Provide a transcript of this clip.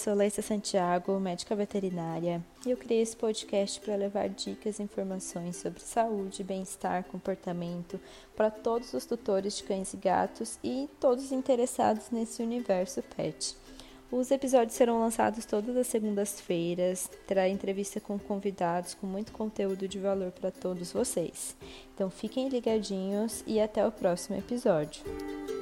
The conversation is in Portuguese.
sou Leissa Santiago, médica veterinária, e eu criei esse podcast para levar dicas e informações sobre saúde, bem-estar, comportamento para todos os tutores de cães e gatos e todos interessados nesse universo pet. Os episódios serão lançados todas as segundas-feiras, terá entrevista com convidados com muito conteúdo de valor para todos vocês. Então fiquem ligadinhos e até o próximo episódio.